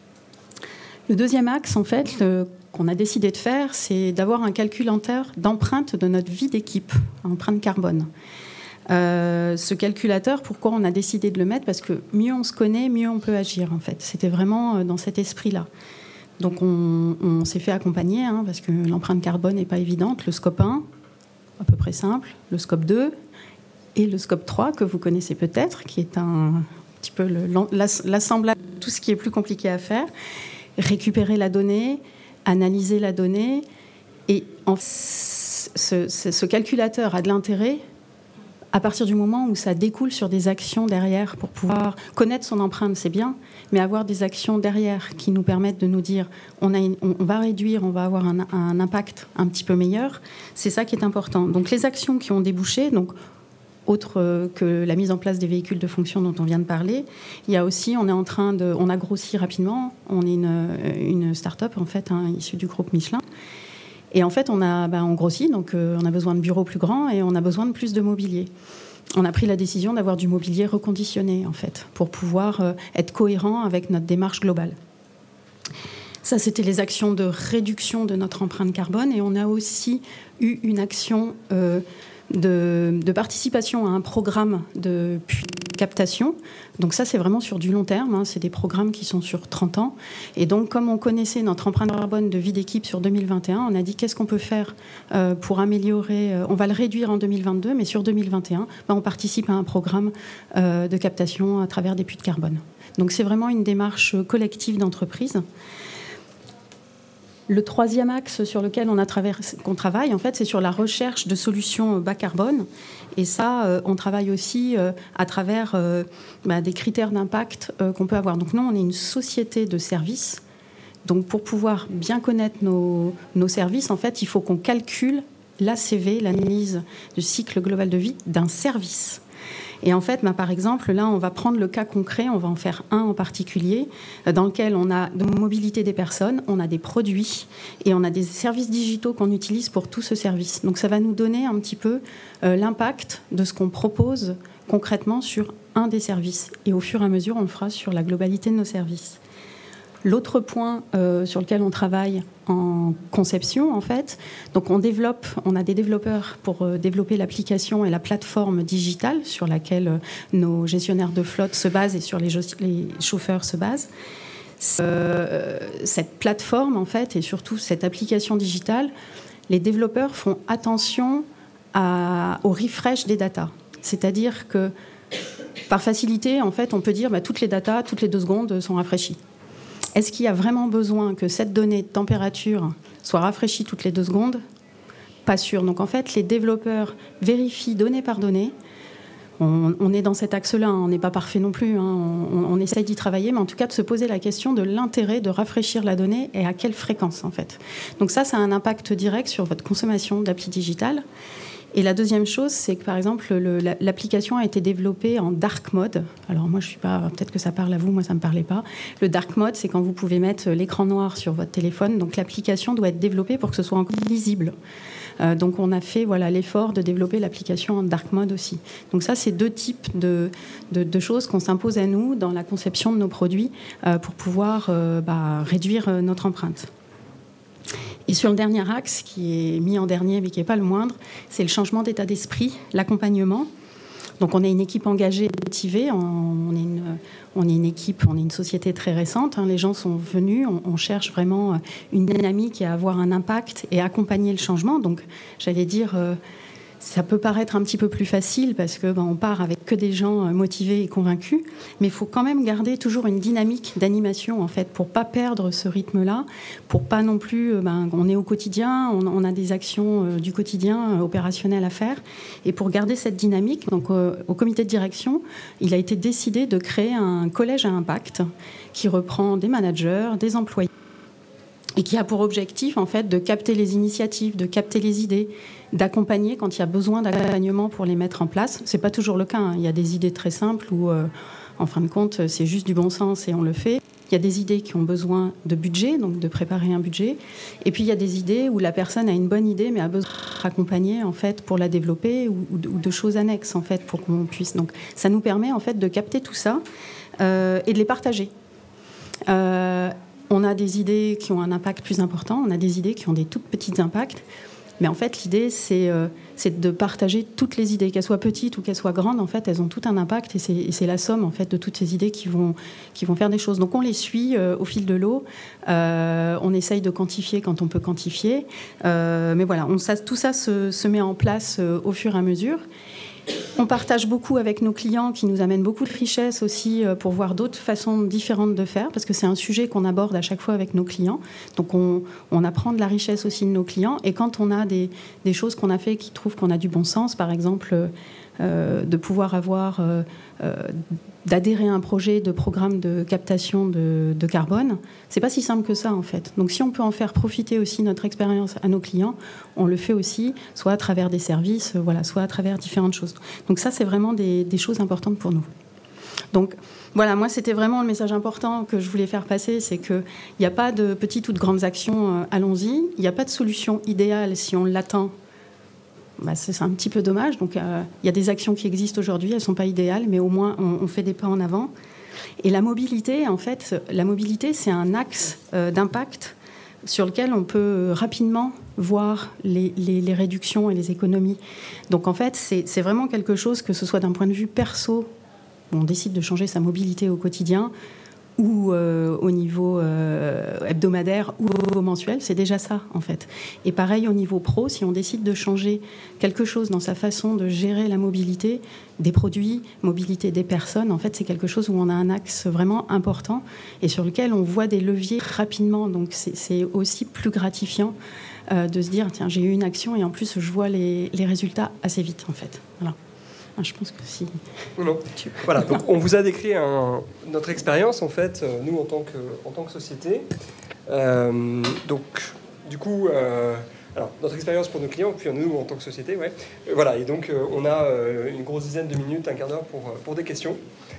Le deuxième axe, en fait, qu'on a décidé de faire, c'est d'avoir un calculateur d'empreinte de notre vie d'équipe, empreinte carbone. Ce calculateur, pourquoi on a décidé de le mettre ? Parce que mieux on se connaît, mieux on peut agir, en fait. C'était vraiment dans cet esprit-là. Donc on s'est fait accompagner, parce que l'empreinte carbone n'est pas évidente. Le scope 1, à peu près simple. Le scope 2 et le scope 3, que vous connaissez peut-être, qui est un petit peu l'assemblage de tout ce qui est plus compliqué à faire. Récupérer la donnée, analyser la donnée. Et ce calculateur a de l'intérêt à partir du moment où ça découle sur des actions derrière, pour pouvoir connaître son empreinte, c'est bien, mais avoir des actions derrière qui nous permettent de nous dire on va réduire, on va avoir un impact un petit peu meilleur, c'est ça qui est important. Donc les actions qui ont débouché, donc autre que la mise en place des véhicules de fonction dont on vient de parler, il y a aussi, on a grossi rapidement, on est une start-up en fait, issue du groupe Michelin. Et en fait, on grossit, donc on a besoin de bureaux plus grands et on a besoin de plus de mobilier. On a pris la décision d'avoir du mobilier reconditionné, en fait, pour pouvoir être cohérent avec notre démarche globale. Ça, c'était les actions de réduction de notre empreinte carbone. Et on a aussi eu une action de participation à un programme de captation. Donc ça, c'est vraiment sur du long terme. C'est des programmes qui sont sur 30 ans. Et donc, comme on connaissait notre empreinte carbone de vie d'équipe sur 2021, on a dit qu'est-ce qu'on peut faire pour améliorer. On va le réduire en 2022, mais sur 2021, on participe à un programme de captation à travers des puits de carbone. Donc c'est vraiment une démarche collective d'entreprise. Le troisième axe sur lequel qu'on travaille, en fait, c'est sur la recherche de solutions bas carbone. Et ça, on travaille aussi à travers des critères d'impact qu'on peut avoir. Donc nous, on est une société de services. Donc pour pouvoir bien connaître nos services, en fait, il faut qu'on calcule l'ACV, l'analyse du cycle global de vie d'un service. Et en fait, par exemple, là, on va prendre le cas concret, on va en faire un en particulier, dans lequel on a de mobilité des personnes, on a des produits et on a des services digitaux qu'on utilise pour tout ce service. Donc ça va nous donner un petit peu l'impact de ce qu'on propose concrètement sur un des services. Et au fur et à mesure, on le fera sur la globalité de nos services. L'autre point sur lequel on travaille en conception, en fait, donc on a des développeurs pour développer l'application et la plateforme digitale sur laquelle nos gestionnaires de flotte se basent et sur les chauffeurs se basent. Cette plateforme, en fait, et surtout cette application digitale, les développeurs font attention au refresh des datas. C'est-à-dire que, par facilité, en fait, on peut dire toutes les datas, toutes les 2 secondes, sont rafraîchies. Est-ce qu'il y a vraiment besoin que cette donnée de température soit rafraîchie toutes les 2 secondes ? Pas sûr. Donc en fait, les développeurs vérifient donnée par donnée. On est dans cet axe-là, on n'est pas parfait non plus. On essaye d'y travailler, mais en tout cas de se poser la question de l'intérêt de rafraîchir la donnée et à quelle fréquence en fait. Donc ça a un impact direct sur votre consommation d'appli digitale. Et la deuxième chose, c'est que par exemple, l'application a été développée en dark mode. Alors moi, je suis pas. Peut-être que ça parle à vous, moi ça me parlait pas. Le dark mode, c'est quand vous pouvez mettre l'écran noir sur votre téléphone. Donc l'application doit être développée pour que ce soit encore lisible. Donc on a fait l'effort de développer l'application en dark mode aussi. Donc ça, c'est 2 types de choses qu'on s'impose à nous dans la conception de nos produits pour pouvoir réduire notre empreinte. Et sur le dernier axe, qui est mis en dernier mais qui n'est pas le moindre, c'est le changement d'état d'esprit, l'accompagnement. Donc on est une équipe engagée et motivée, on est une société très récente, les gens sont venus, on cherche vraiment une dynamique et à avoir un impact et accompagner le changement. Donc j'allais dire, ça peut paraître un petit peu plus facile parce que on part avec que des gens motivés et convaincus, mais il faut quand même garder toujours une dynamique d'animation en fait pour pas perdre ce rythme-là, pour pas non plus. On est au quotidien, on a des actions du quotidien opérationnelles à faire, et pour garder cette dynamique, donc au comité de direction, il a été décidé de créer un collège à impact qui reprend des managers, des employés, et qui a pour objectif en fait de capter les initiatives, de capter les idées, d'accompagner quand il y a besoin d'accompagnement pour les mettre en place. C'est pas toujours le cas. Il y a des idées très simples où, en fin de compte, c'est juste du bon sens et on le fait. Il y a des idées qui ont besoin de budget, donc de préparer un budget. Et puis il y a des idées où la personne a une bonne idée mais a besoin d'être accompagnée en fait pour la développer ou de choses annexes en fait pour qu'on puisse. Donc ça nous permet en fait de capter tout ça et de les partager. On a des idées qui ont un impact plus important, on a des idées qui ont des tout petits impacts. Mais en fait, l'idée, c'est de partager toutes les idées, qu'elles soient petites ou qu'elles soient grandes. En fait, elles ont tout un impact et c'est la somme en fait de toutes ces idées qui vont faire des choses. Donc, on les suit au fil de l'eau. On essaye de quantifier quand on peut quantifier. Mais voilà, tout ça se met en place au fur et à mesure. On partage beaucoup avec nos clients qui nous amènent beaucoup de richesse aussi pour voir d'autres façons différentes de faire, parce que c'est un sujet qu'on aborde à chaque fois avec nos clients. Donc on apprend de la richesse aussi de nos clients, et quand on a des choses qu'on a fait qui trouvent qu'on a du bon sens, par exemple de pouvoir avoir, d'adhérer à un projet de programme de captation de carbone. C'est pas si simple que ça en fait. Donc si on peut en faire profiter aussi notre expérience à nos clients, on le fait aussi, soit à travers des services, voilà, soit à travers différentes choses. Donc ça, c'est vraiment des choses importantes pour nous. Donc voilà, moi c'était vraiment le message important que je voulais faire passer, c'est qu'il n'y a pas de petites ou de grandes actions, allons-y. Il n'y a pas de solution idéale si on l'attend. C'est un petit peu dommage. Donc il y a des actions qui existent aujourd'hui, elles ne sont pas idéales, mais au moins on fait des pas en avant. Et la mobilité, en fait, c'est un axe d'impact sur lequel on peut rapidement voir les réductions et les économies. Donc en fait, c'est vraiment quelque chose, que ce soit d'un point de vue perso, on décide de changer sa mobilité au quotidien, ou au niveau hebdomadaire ou mensuel, c'est déjà ça en fait. Et pareil au niveau pro, si on décide de changer quelque chose dans sa façon de gérer la mobilité des produits, mobilité des personnes, en fait c'est quelque chose où on a un axe vraiment important et sur lequel on voit des leviers rapidement. Donc c'est aussi plus gratifiant de se dire tiens, j'ai eu une action et en plus je vois les résultats assez vite en fait. Voilà. Je pense que si. Non. Voilà, donc on vous a décrit notre expérience en fait, nous en tant que société. Donc, du coup, alors notre expérience pour nos clients, puis nous en tant que société, ouais. Voilà, et donc on a une grosse dizaine de minutes, un quart d'heure pour des questions.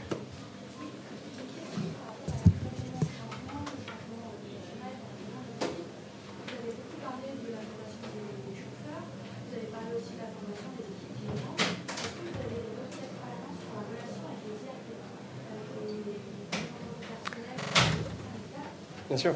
Bien sûr.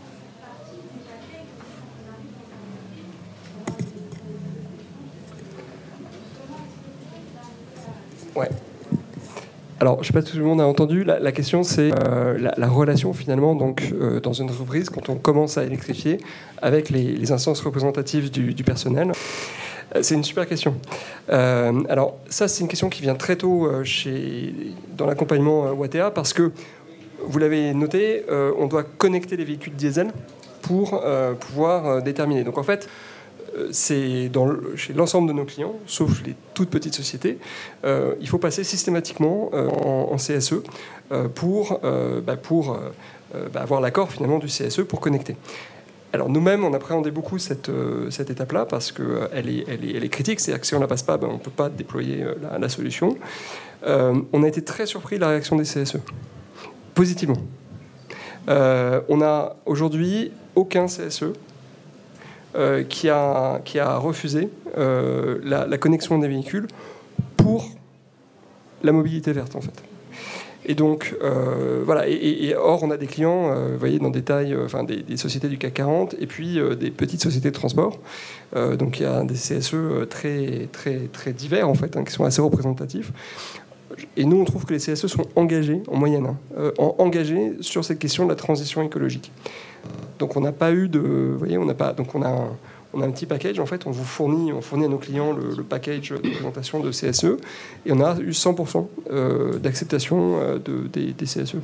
Ouais. Alors, je ne sais pas si tout le monde a entendu, la question c'est la relation finalement donc, dans une entreprise quand on commence à électrifier avec les instances représentatives du personnel. C'est une super question. Alors ça c'est une question qui vient très tôt dans l'accompagnement Watèa parce que vous l'avez noté, on doit connecter les véhicules diesel pour pouvoir déterminer. Donc en fait, c'est chez l'ensemble de nos clients, sauf les toutes petites sociétés, il faut passer systématiquement en CSE pour avoir l'accord finalement du CSE pour connecter. Alors nous-mêmes, on appréhendait beaucoup cette étape-là parce qu'elle est critique, c'est-à-dire que si on ne la passe pas, on ne peut pas déployer la solution. On a été très surpris de la réaction des CSE. Positivement. On n'a aujourd'hui aucun CSE qui a refusé la connexion des véhicules pour la mobilité verte, en fait. Et donc, voilà. Et or, on a des clients, vous voyez, dans des tailles, des sociétés du CAC 40, et puis des petites sociétés de transport. Donc, il y a des CSE très, très, très divers, en fait, qui sont assez représentatifs. Et nous, on trouve que les CSE sont engagés, en moyenne, engagés sur cette question de la transition écologique. Donc, on n'a pas eu de... Vous voyez, on a un petit package, en fait, on fournit à nos clients le package de présentation de CSE, et on a eu 100% d'acceptation des CSE.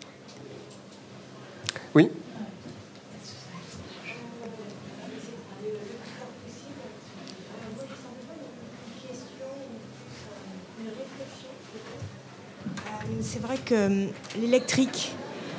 Oui ? C'est vrai que l'électrique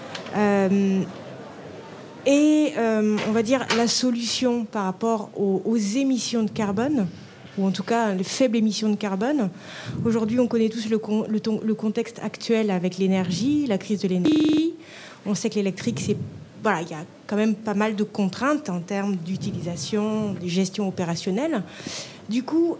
est, on va dire, la solution par rapport aux émissions de carbone, ou en tout cas les faibles émissions de carbone. Aujourd'hui, on connaît tous le contexte actuel avec l'énergie, la crise de l'énergie. On sait que l'électrique, il y a quand même pas mal de contraintes en termes d'utilisation, de gestion opérationnelle. Du coup,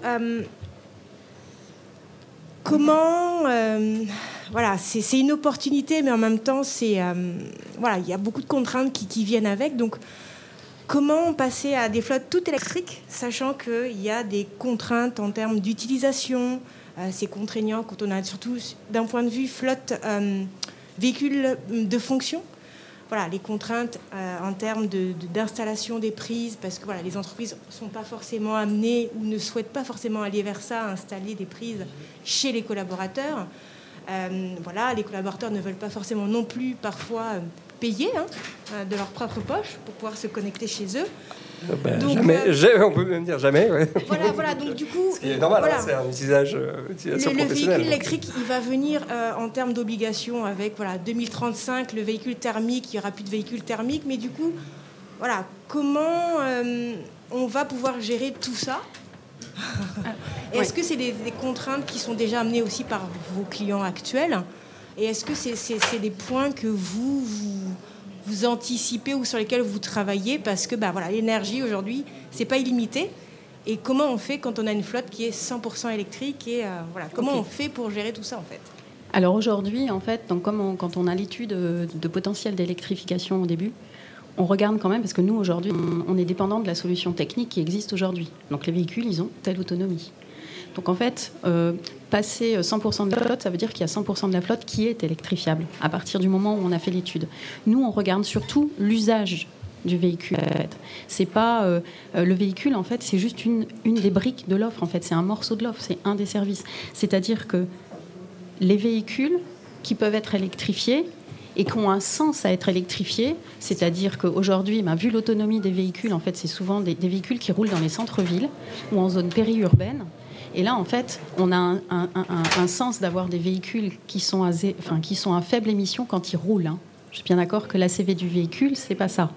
comment... c'est une opportunité, mais en même temps, il y a beaucoup de contraintes qui viennent avec. Donc, comment passer à des flottes toutes électriques, sachant qu'il y a des contraintes en termes d'utilisation, c'est contraignant quand on a surtout d'un point de vue flotte véhicules de fonction. Voilà, les contraintes en termes d'installation des prises, parce que les entreprises ne sont pas forcément amenées ou ne souhaitent pas forcément aller vers ça, installer des prises chez les collaborateurs. Les collaborateurs ne veulent pas forcément non plus parfois payer de leur propre poche pour pouvoir se connecter chez eux. Donc, jamais, on peut même dire jamais. Ouais. Voilà, donc du coup... Ce qui est normal, voilà. C'est un utilisation Le professionnel. véhicule électrique, il va venir en termes d'obligation avec 2035, le véhicule thermique, il n'y aura plus de véhicule thermique, mais du coup, voilà, comment on va pouvoir gérer tout ça? Est-ce que c'est des contraintes qui sont déjà amenées aussi par vos clients actuels? Et est-ce que c'est des points que vous anticipez ou sur lesquels vous travaillez? Parce que l'énergie aujourd'hui, c'est pas illimité. Et comment on fait quand on a une flotte qui est 100% électrique et comment on fait pour gérer tout ça en fait? Alors aujourd'hui, en fait, donc quand on a l'étude de potentiel d'électrification au début, on regarde quand même, parce que nous aujourd'hui, on est dépendant de la solution technique qui existe aujourd'hui. Donc les véhicules, ils ont telle autonomie. Donc en fait, passer 100% de la flotte, ça veut dire qu'il y a 100% de la flotte qui est électrifiable à partir du moment où on a fait l'étude. Nous, on regarde surtout l'usage du véhicule. En fait. C'est pas le véhicule, en fait, c'est juste une des briques de l'offre. En fait, c'est un morceau de l'offre, c'est un des services. C'est-à-dire que les véhicules qui peuvent être électrifiés et qui ont un sens à être électrifiés, c'est-à-dire qu'aujourd'hui, vu l'autonomie des véhicules, en fait, c'est souvent des véhicules qui roulent dans les centres-villes ou en zone périurbaine. Et là, en fait, on a un sens d'avoir des véhicules qui sont à faible émission quand ils roulent. Hein. Je suis bien d'accord que l'ACV du véhicule, c'est pas ça.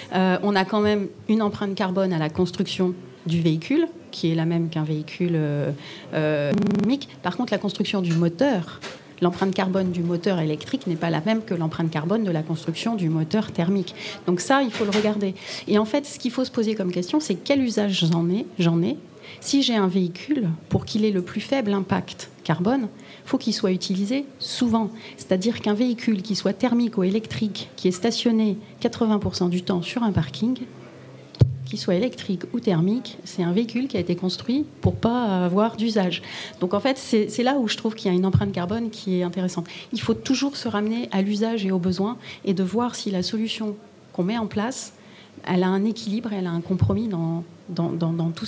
On a quand même une empreinte carbone à la construction du véhicule, qui est la même qu'un véhicule thermique. Par contre, la construction du moteur, l'empreinte carbone du moteur électrique n'est pas la même que l'empreinte carbone de la construction du moteur thermique. Donc ça, il faut le regarder. Et en fait, ce qu'il faut se poser comme question, c'est quel usage j'en ai. Si j'ai un véhicule, pour qu'il ait le plus faible impact carbone, il faut qu'il soit utilisé souvent. C'est-à-dire qu'un véhicule qui soit thermique ou électrique, qui est stationné 80% du temps sur un parking, qu'il soit électrique ou thermique, c'est un véhicule qui a été construit pour ne pas avoir d'usage. Donc en fait, c'est là où je trouve qu'il y a une empreinte carbone qui est intéressante. Il faut toujours se ramener à l'usage et aux besoins et de voir si la solution qu'on met en place, elle a un équilibre, elle a un compromis dans tous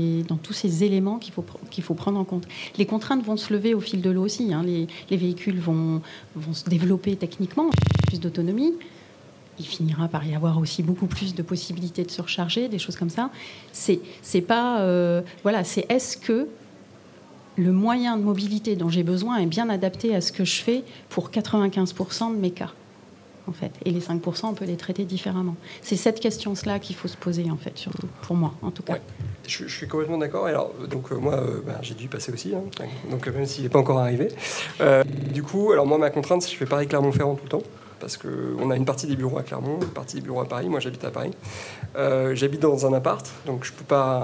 ces éléments qu'il faut prendre en compte. Les contraintes vont se lever au fil de l'eau aussi. Hein. Les véhicules vont se développer techniquement, plus d'autonomie. Il finira par y avoir aussi beaucoup plus de possibilités de surcharger, des choses comme ça. C'est pas... c'est est-ce que le moyen de mobilité dont j'ai besoin est bien adapté à ce que je fais pour 95% de mes cas, en fait. Et les 5%, on peut les traiter différemment. C'est cette question-là qu'il faut se poser, en fait, surtout, pour moi, en tout cas. Ouais. Je suis complètement d'accord. Alors, donc, moi, j'ai dû y passer aussi, hein, donc, même s'il n'est pas encore arrivé. Du coup, alors moi, ma contrainte, c'est que je fais Paris-Clermont-Ferrand tout le temps. Parce qu'on a une partie des bureaux à Clermont, une partie des bureaux à Paris. Moi, j'habite à Paris. J'habite dans un appart, donc je peux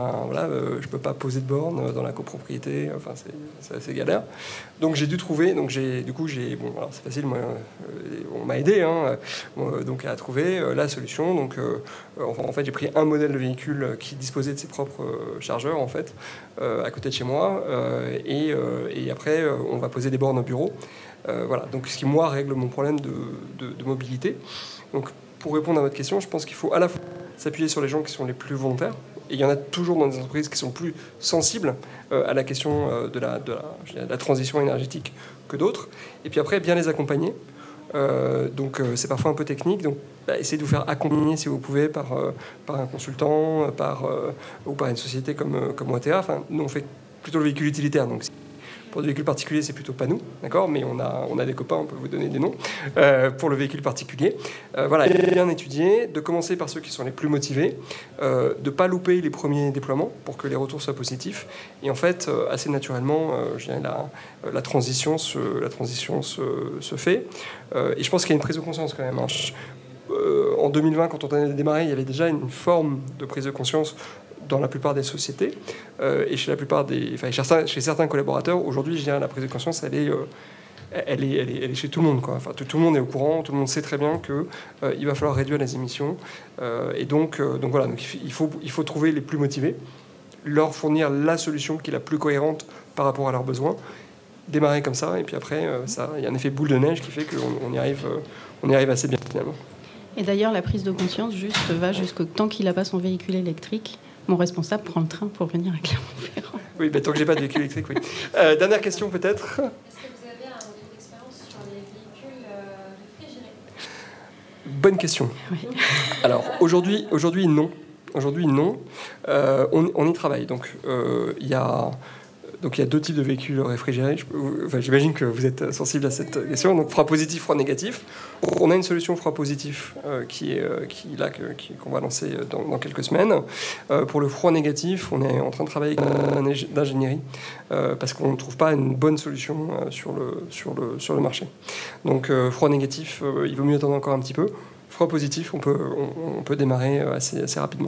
pas poser de borne dans la copropriété. Enfin, c'est assez galère. Donc, j'ai dû trouver. Donc, c'est facile. Moi, on m'a aidé, hein, donc à trouver la solution. Donc, en fait, j'ai pris un modèle de véhicule qui disposait de ses propres chargeurs, en fait, à côté de chez moi. Et après, on va poser des bornes au bureau. Donc ce qui, moi, règle mon problème de mobilité. Donc, pour répondre à votre question, je pense qu'il faut à la fois s'appuyer sur les gens qui sont les plus volontaires, et il y en a toujours dans des entreprises qui sont plus sensibles à la question de la transition énergétique que d'autres, et puis après, bien les accompagner. C'est parfois un peu technique, donc essayez de vous faire accompagner si vous pouvez par un consultant, ou par une société comme OTA. Enfin, nous, on fait plutôt le véhicule utilitaire, donc pour le véhicule particulier, c'est plutôt pas nous, d'accord, mais on a des copains, on peut vous donner des noms pour le véhicule particulier. Bien étudier, de commencer par ceux qui sont les plus motivés, de ne pas louper les premiers déploiements pour que les retours soient positifs. Et en fait, assez naturellement, je dirais, la transition se fait. Et je pense qu'il y a une prise de conscience quand même. Hein. En 2020, quand on a démarré, il y avait déjà une forme de prise de conscience dans la plupart des sociétés et chez certains collaborateurs. Aujourd'hui, je dirais, la prise de conscience, elle est chez tout le monde, quoi. Enfin, tout le monde est au courant, tout le monde sait très bien qu'il va falloir réduire les émissions. Donc il faut trouver les plus motivés, leur fournir la solution qui est la plus cohérente par rapport à leurs besoins, démarrer comme ça, et puis après, il y a un effet boule de neige qui fait qu'on y arrive assez bien, finalement. Et d'ailleurs, la prise de conscience va jusqu'au tant qu'il n'a pas son véhicule électrique. Mon responsable prend le train pour venir à Clermont-Ferrand. Oui, tant que j'ai pas de véhicule électrique, oui. Dernière question, peut-être. Est-ce que vous avez un retour d'expérience sur les véhicules réfrigérés ? Bonne question. Oui. Alors, aujourd'hui, non. Aujourd'hui, non. On y travaille. Donc, il y a 2 types de véhicules réfrigérés. J'imagine que vous êtes sensible à cette question. Donc froid positif, froid négatif. On a une solution froid positif qu'on va lancer dans quelques semaines. Pour le froid négatif, on est en train de travailler avec d'ingénierie parce qu'on ne trouve pas une bonne solution sur le marché. Donc froid négatif, il vaut mieux attendre encore un petit peu. Froid positif, on peut démarrer assez rapidement.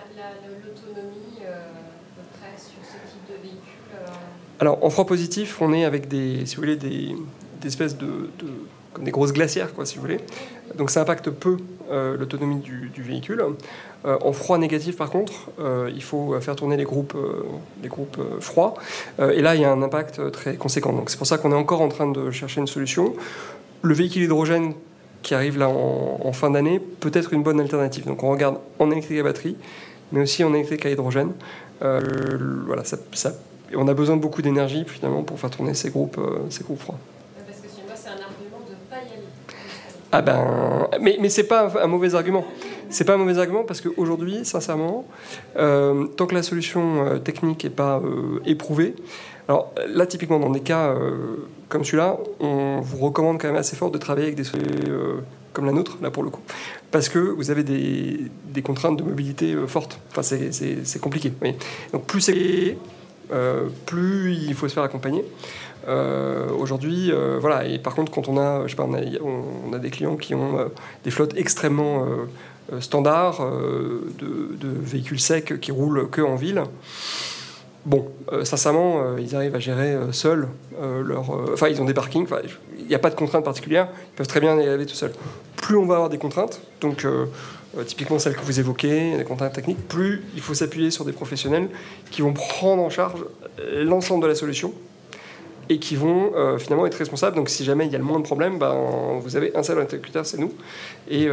Alors, en froid positif, on est avec des espèces comme des grosses glacières, quoi, si vous voulez. Donc, ça impacte peu l'autonomie du véhicule. En froid négatif, par contre, il faut faire tourner les groupes froids. Et là, il y a un impact très conséquent. Donc, c'est pour ça qu'on est encore en train de chercher une solution. Le véhicule hydrogène qui arrive là en fin d'année peut être une bonne alternative. Donc, on regarde en électrique à batterie, mais aussi en électrique à hydrogène. Voilà, on a besoin de beaucoup d'énergie finalement pour faire tourner ces groupes froids. Parce que chez moi, c'est un argument de ne pas y aller. Ah ben, mais c'est pas un mauvais argument. C'est pas un mauvais argument parce qu'aujourd'hui, sincèrement, tant que la solution technique n'est pas éprouvée, alors là, typiquement, dans des cas comme celui-là, on vous recommande quand même assez fort de travailler avec des solutions comme la nôtre, là pour le coup, parce que vous avez des contraintes de mobilité fortes. Enfin, c'est compliqué. Oui. Donc plus c'est plus il faut se faire accompagner. Aujourd'hui, voilà. Et par contre, quand on a des clients qui ont des flottes extrêmement standards de véhicules secs qui roulent que en ville. Bon, sincèrement, ils arrivent à gérer seuls enfin, ils ont des parkings. Il n'y a pas de contraintes particulières. Ils peuvent très bien y aller tout seuls. Plus on va avoir des contraintes, donc typiquement celles que vous évoquez, les contraintes techniques, plus il faut s'appuyer sur des professionnels qui vont prendre en charge l'ensemble de la solution et qui vont finalement être responsables. Donc si jamais il y a le moins de problèmes, vous avez un seul interlocuteur, c'est nous, et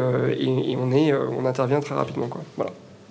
on intervient très rapidement, quoi. Voilà.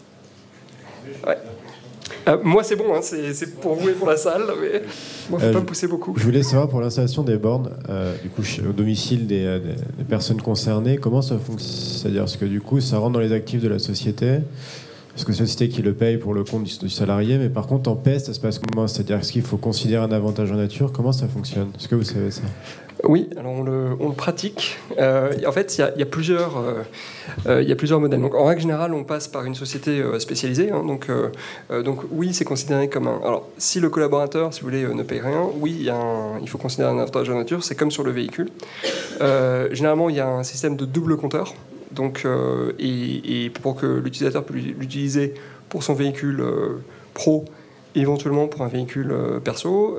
Ouais. Moi c'est bon, hein, c'est pour vous et pour la salle, mais moi faut pas me pousser beaucoup. Je voulais savoir pour l'installation des bornes, du coup au domicile des personnes concernées, comment ça fonctionne? C'est-à-dire parce que du coup ça rentre dans les actifs de la société, parce que c'est la société qui le paye pour le compte du salarié, mais par contre en PES ça se passe comment? C'est-à-dire est-ce qu'il faut considérer un avantage en nature? Comment ça fonctionne? Est-ce que vous savez ça? Oui, alors on le pratique. En fait, il y a plusieurs modèles. Donc, en règle générale, on passe par une société spécialisée. Hein, donc oui, c'est considéré comme un... Alors, si le collaborateur, si vous voulez, ne paye rien, oui, il faut considérer un avantage en nature. C'est comme sur le véhicule. Généralement, il y a un système de double compteur. Donc, et pour que l'utilisateur puisse l'utiliser pour son véhicule pro, éventuellement pour un véhicule perso,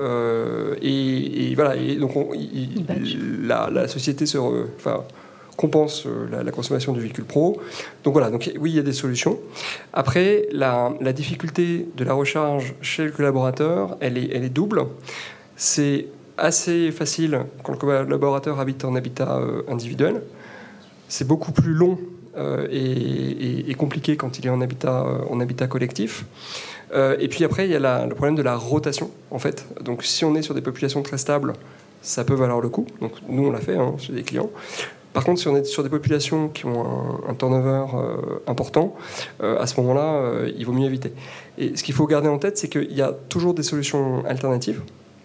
et voilà. Et donc la société compense la consommation du véhicule pro. Donc voilà. Donc oui, il y a des solutions. Après, la difficulté de la recharge chez le collaborateur, elle est double. C'est assez facile quand le collaborateur habite en habitat individuel. C'est beaucoup plus long et compliqué quand il est en habitat collectif. Et puis après, il y a le problème de la rotation, en fait. Donc si on est sur des populations très stables, ça peut valoir le coup. Donc nous, on l'a fait chez des clients. Par contre, si on est sur des populations qui ont un turnover important, à ce moment-là, il vaut mieux éviter. Et ce qu'il faut garder en tête, c'est qu'il y a toujours des solutions alternatives.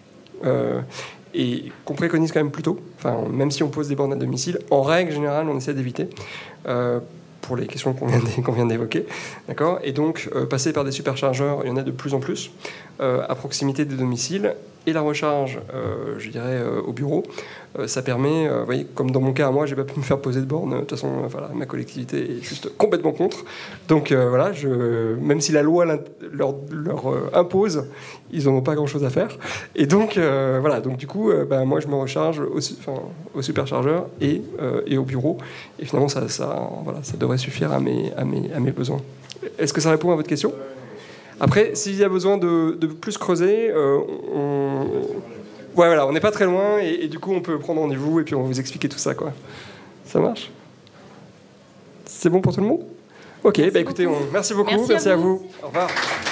Et qu'on préconise quand même plutôt, même si on pose des bornes à domicile, en règle générale, on essaie d'éviter pour les questions qu'on vient d'évoquer. D'accord ? Et donc, passer par des superchargeurs, il y en a de plus en plus, à proximité des domiciles. Et la recharge, je dirais, au bureau, ça permet, vous voyez, comme dans mon cas à moi, j'ai pas pu me faire poser de borne. De toute façon, ma collectivité est juste complètement contre. Donc voilà, même si la loi leur impose, ils n'en ont pas grand-chose à faire. Et donc voilà, donc du coup, moi je me recharge au superchargeur et au bureau. Et finalement, ça devrait suffire à mes besoins. Est-ce que ça répond à votre question ? Après, s'il y a besoin de plus creuser, on n'est pas très loin et du coup on peut prendre rendez-vous et puis on va vous expliquer tout ça, quoi. Ça marche ? C'est bon pour tout le monde ? Ok, écoutez, merci beaucoup, merci à vous. Au revoir.